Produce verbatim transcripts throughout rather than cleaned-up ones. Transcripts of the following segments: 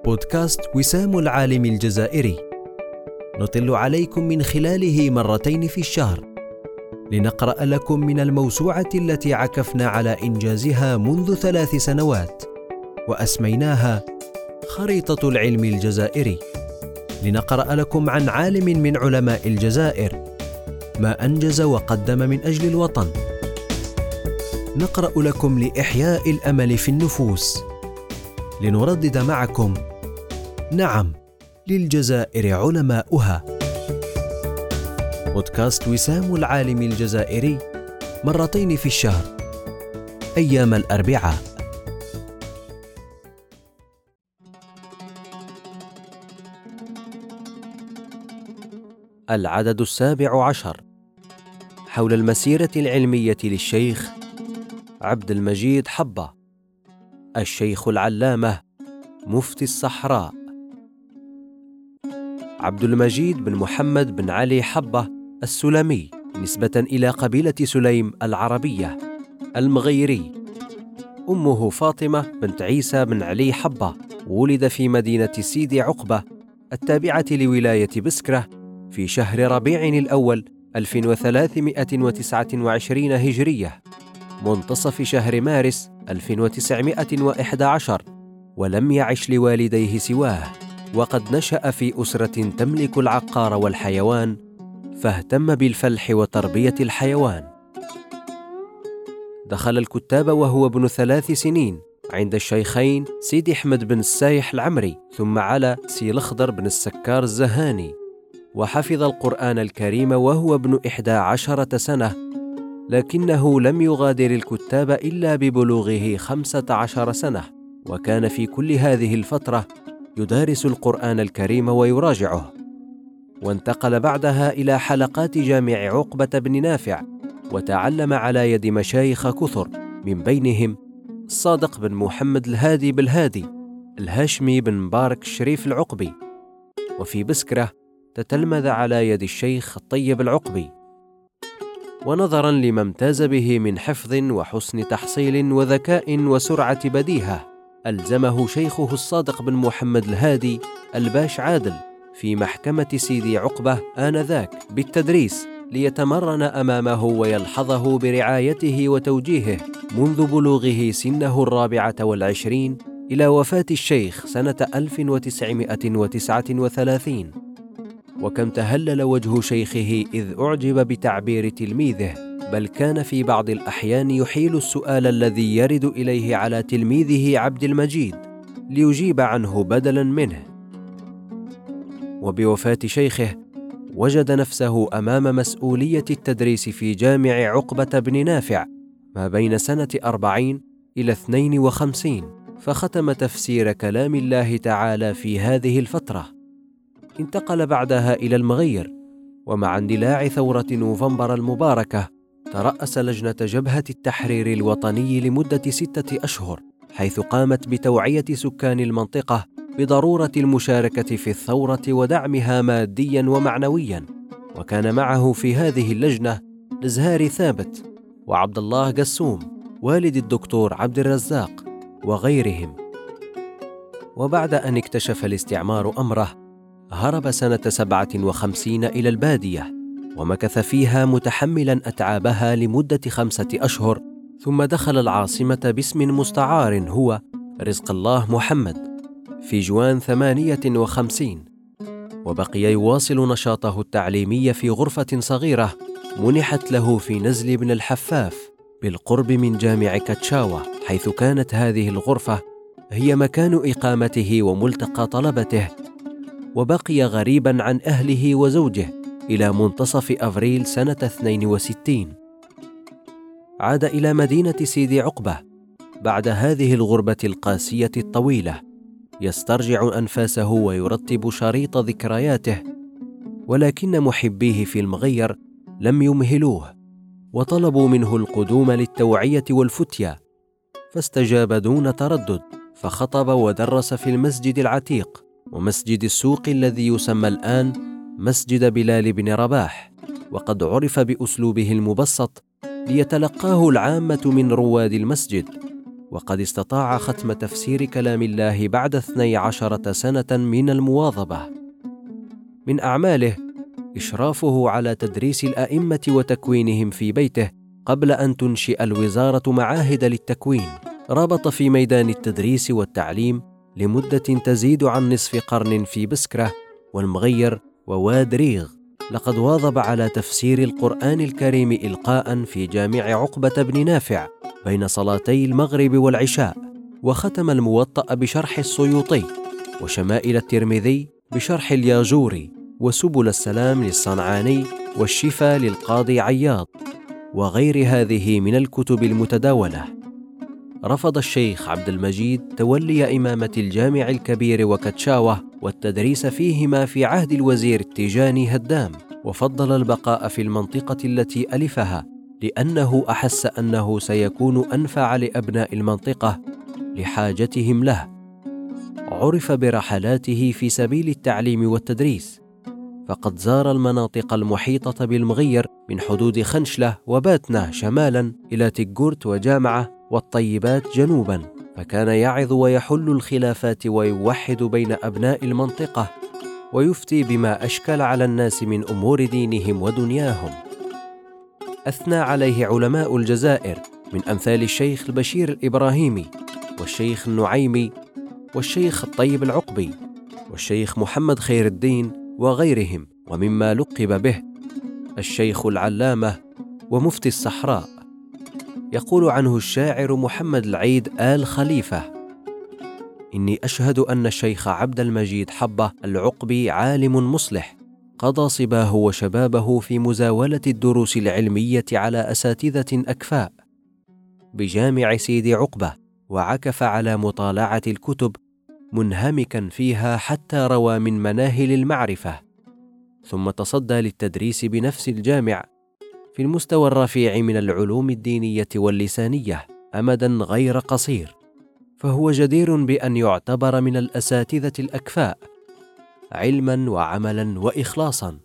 بودكاست وسام العالم الجزائري، نطل عليكم من خلاله مرتين في الشهر لنقرأ لكم من الموسوعة التي عكفنا على إنجازها منذ ثلاث سنوات وأسميناها خريطة العلم الجزائري، لنقرأ لكم عن عالم من علماء الجزائر ما أنجز وقدم من أجل الوطن. نقرأ لكم لإحياء الأمل في النفوس، لنردد معكم: نعم، للجزائر علماؤها. بودكاست وسام العالم الجزائري مرتين في الشهر، أيام الأربعاء. العدد السابع عشر، حول المسيرة العلمية للشيخ عبد المجيد حبة، الشيخ العلامة مفتي الصحراء. عبد المجيد بن محمد بن علي حبة السلمي، نسبة إلى قبيلة سليم العربية، المغيري. أمه فاطمة بنت عيسى بن علي حبة، ولد في مدينة سيدي عقبة التابعة لولاية بسكرة في شهر ربيع الأول ألف وثلاثمائة وتسعة وعشرين هجرية، منتصف شهر مارس ألف وتسعمائة وإحدى عشر، ولم يعش لوالديه سواه، وقد نشأ في أسرة تملك العقار والحيوان، فاهتم بالفلح وتربية الحيوان. دخل الكتاب وهو ابن ثلاث سنين عند الشيخين سيدي أحمد بن السايح العمري، ثم على سي الأخضر بن السكار الزهاني، وحفظ القرآن الكريم وهو ابن إحدى عشرة سنة، لكنه لم يغادر الكتاب إلا ببلوغه خمسة عشر سنة، وكان في كل هذه الفترة يدارس القرآن الكريم ويراجعه. وانتقل بعدها إلى حلقات جامع عقبة بن نافع، وتعلم على يد مشايخ كثر، من بينهم الصادق بن محمد الهادي بالهادي، الهاشمي بن مبارك الشريف العقبي. وفي بسكرة تتلمذ على يد الشيخ الطيب العقبي. ونظرا لما امتاز به من حفظ وحسن تحصيل وذكاء وسرعة بديهة، ألزمه شيخه الصادق بن محمد الهادي الباش عادل في محكمة سيدي عقبة آنذاك بالتدريس، ليتمرن أمامه ويلحظه برعايته وتوجيهه منذ بلوغه سنه الرابعة والعشرين إلى وفاة الشيخ سنة ألف وتسعمائة وتسعة وثلاثين. وكم تهلل وجه شيخه إذ أعجب بتعبير تلميذه، بل كان في بعض الأحيان يحيل السؤال الذي يرد إليه على تلميذه عبد المجيد ليجيب عنه بدلا منه. وبوفاة شيخه وجد نفسه أمام مسؤولية التدريس في جامع عقبة بن نافع ما بين سنة أربعين إلى اثنين وخمسين، فختم تفسير كلام الله تعالى في هذه الفترة. انتقل بعدها إلى المغير، ومع اندلاع ثورة نوفمبر المباركة ترأس لجنة جبهة التحرير الوطني لمدة ستة أشهر، حيث قامت بتوعية سكان المنطقة بضرورة المشاركة في الثورة ودعمها ماديا ومعنويا. وكان معه في هذه اللجنة الزهاري ثابت وعبد الله قسوم والد الدكتور عبد الرزاق وغيرهم. وبعد أن اكتشف الاستعمار أمره، هرب سنة سبعة وخمسين إلى البادية، ومكث فيها متحملا أتعابها لمدة خمسة أشهر، ثم دخل العاصمة باسم مستعار هو رزق الله محمد في جوان ثمانية وخمسين، وبقي يواصل نشاطه التعليمي في غرفة صغيرة منحت له في نزل بن الحفاف بالقرب من جامع كاتشاوا، حيث كانت هذه الغرفة هي مكان إقامته وملتقى طلبته. وبقي غريبا عن أهله وزوجه إلى منتصف أفريل سنة اثنين وستين. عاد إلى مدينة سيدي عقبة بعد هذه الغربة القاسية الطويلة، يسترجع أنفاسه ويرتب شريط ذكرياته، ولكن محبيه في المغير لم يمهلوه، وطلبوا منه القدوم للتوعية والفتية، فاستجاب دون تردد، فخطب ودرس في المسجد العتيق ومسجد السوق الذي يسمى الآن مسجد بلال بن رباح، وقد عرف بأسلوبه المبسط ليتلقاه العامة من رواد المسجد، وقد استطاع ختم تفسير كلام الله بعد اثني عشرة سنة من المواظبة. من أعماله إشرافه على تدريس الأئمة وتكوينهم في بيته قبل أن تنشئ الوزارة معاهد للتكوين. رابط في ميدان التدريس والتعليم لمدة تزيد عن نصف قرن في بسكرة والمغير وواد ريغ. لقد واظب على تفسير القرآن الكريم إلقاء في جامع عقبة بن نافع بين صلاتي المغرب والعشاء، وختم الموطأ بشرح السيوطي، وشمائل الترمذي بشرح الياجوري، وسبل السلام للصنعاني، والشفا للقاضي عياض، وغير هذه من الكتب المتداولة. رفض الشيخ عبد المجيد تولي إمامة الجامع الكبير وكتشاوة والتدريس فيهما في عهد الوزير التيجاني هدام، وفضل البقاء في المنطقة التي ألفها لأنه أحس أنه سيكون أنفع لأبناء المنطقة لحاجتهم له. عرف برحلاته في سبيل التعليم والتدريس، فقد زار المناطق المحيطة بالمغير من حدود خنشلة وباتنة شمالا إلى تيغورت وجامعة والطيبات جنوبا، فكان يعظ ويحل الخلافات ويوحد بين أبناء المنطقة ويفتي بما أشكل على الناس من أمور دينهم ودنياهم. أثنى عليه علماء الجزائر من أمثال الشيخ البشير الإبراهيمي والشيخ النعيمي والشيخ الطيب العقبي والشيخ محمد خير الدين وغيرهم، ومما لقب به الشيخ العلامة ومفتي الصحراء. يقول عنه الشاعر محمد العيد آل خليفة: إني أشهد أن الشيخ عبد المجيد حبة العقبي عالم مصلح، قضى صباه وشبابه في مزاولة الدروس العلمية على أساتذة أكفاء بجامع سيدي عقبة، وعكف على مطالعة الكتب منهمكا فيها حتى روى من مناهل المعرفة، ثم تصدى للتدريس بنفس الجامع في المستوى الرفيع من العلوم الدينية واللسانية أمدا غير قصير، فهو جدير بأن يعتبر من الأساتذة الأكفاء علما وعملا وإخلاصا.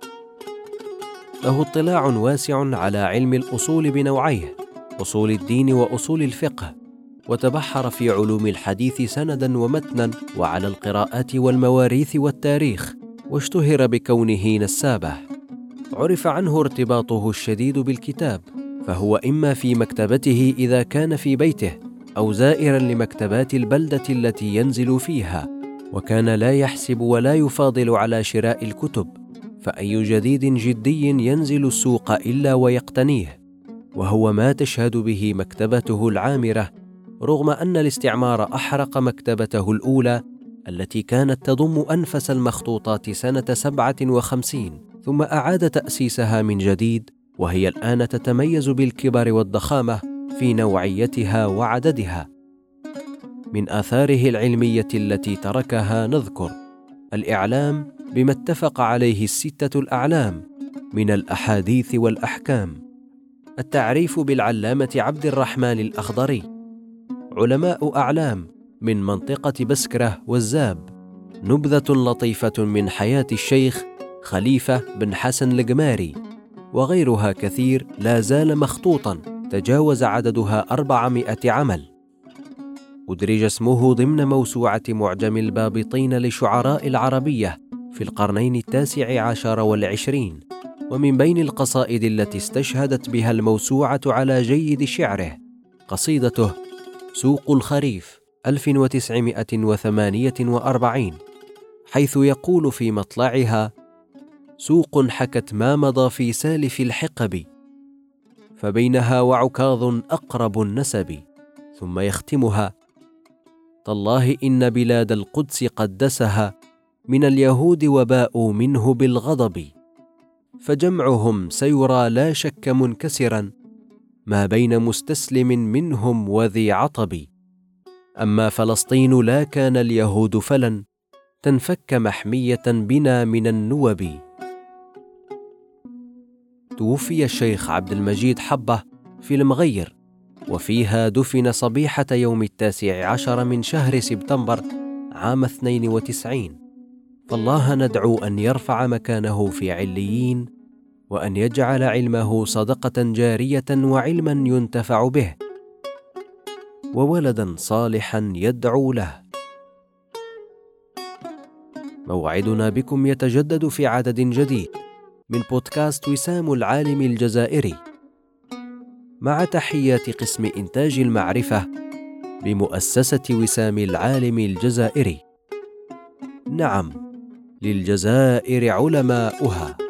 له اطلاع واسع على علم الأصول بنوعيه، أصول الدين وأصول الفقه، وتبحر في علوم الحديث سندا ومتنا، وعلى القراءات والمواريث والتاريخ، واشتهر بكونه نسابه. عرف عنه ارتباطه الشديد بالكتاب، فهو إما في مكتبته إذا كان في بيته أو زائرا لمكتبات البلدة التي ينزل فيها، وكان لا يحسب ولا يفاضل على شراء الكتب، فأي جديد جدي ينزل السوق إلا ويقتنيه، وهو ما تشهد به مكتبته العامرة، رغم أن الاستعمار أحرق مكتبته الأولى التي كانت تضم أنفس المخطوطات سنة سبعة وخمسين، ثم أعاد تأسيسها من جديد، وهي الآن تتميز بالكبر والضخامة في نوعيتها وعددها. من آثاره العلمية التي تركها نذكر الإعلام بما اتفق عليه الستة الأعلام من الأحاديث والأحكام، التعريف بالعلامة عبد الرحمن الأخضري، علماء أعلام من منطقة بسكرة والزاب، نبذة لطيفة من حياة الشيخ خليفة بن حسن القماري، وغيرها كثير لا زال مخطوطا تجاوز عددها أربعمائة عمل. أدرج اسمه ضمن موسوعة معجم البابطين لشعراء العربية في القرنين التاسع عشر والعشرين، ومن بين القصائد التي استشهدت بها الموسوعة على جيد شعره قصيدته سوق الخريف ألف وتسعمائة وثمانية وأربعين، حيث يقول في مطلعها: سوق حكت ما مضى في سالف الحقب، فبينها وعكاظ أقرب النسب، ثم يختمها: تالله إن بلاد القدس قدسها، من اليهود وباءوا منه بالغضب، فجمعهم سيرى لا شك منكسرا، ما بين مستسلم منهم وذي عطب، أما فلسطين لا كان اليهود فلن تنفك محمية بنا من النوب. توفي الشيخ عبد المجيد حبة في المغير، وفيها دفن صبيحة يوم التاسع عشر من شهر سبتمبر عام اثنين وتسعين، فالله ندعو أن يرفع مكانه في عليين، وأن يجعل علمه صدقة جارية وعلما ينتفع به. وولدا صالحا يدعو له. موعدنا بكم يتجدد في عدد جديد من بودكاست وسام العالم الجزائري، مع تحيات قسم إنتاج المعرفة بمؤسسة وسام العالم الجزائري. نعم، للجزائر علماؤها.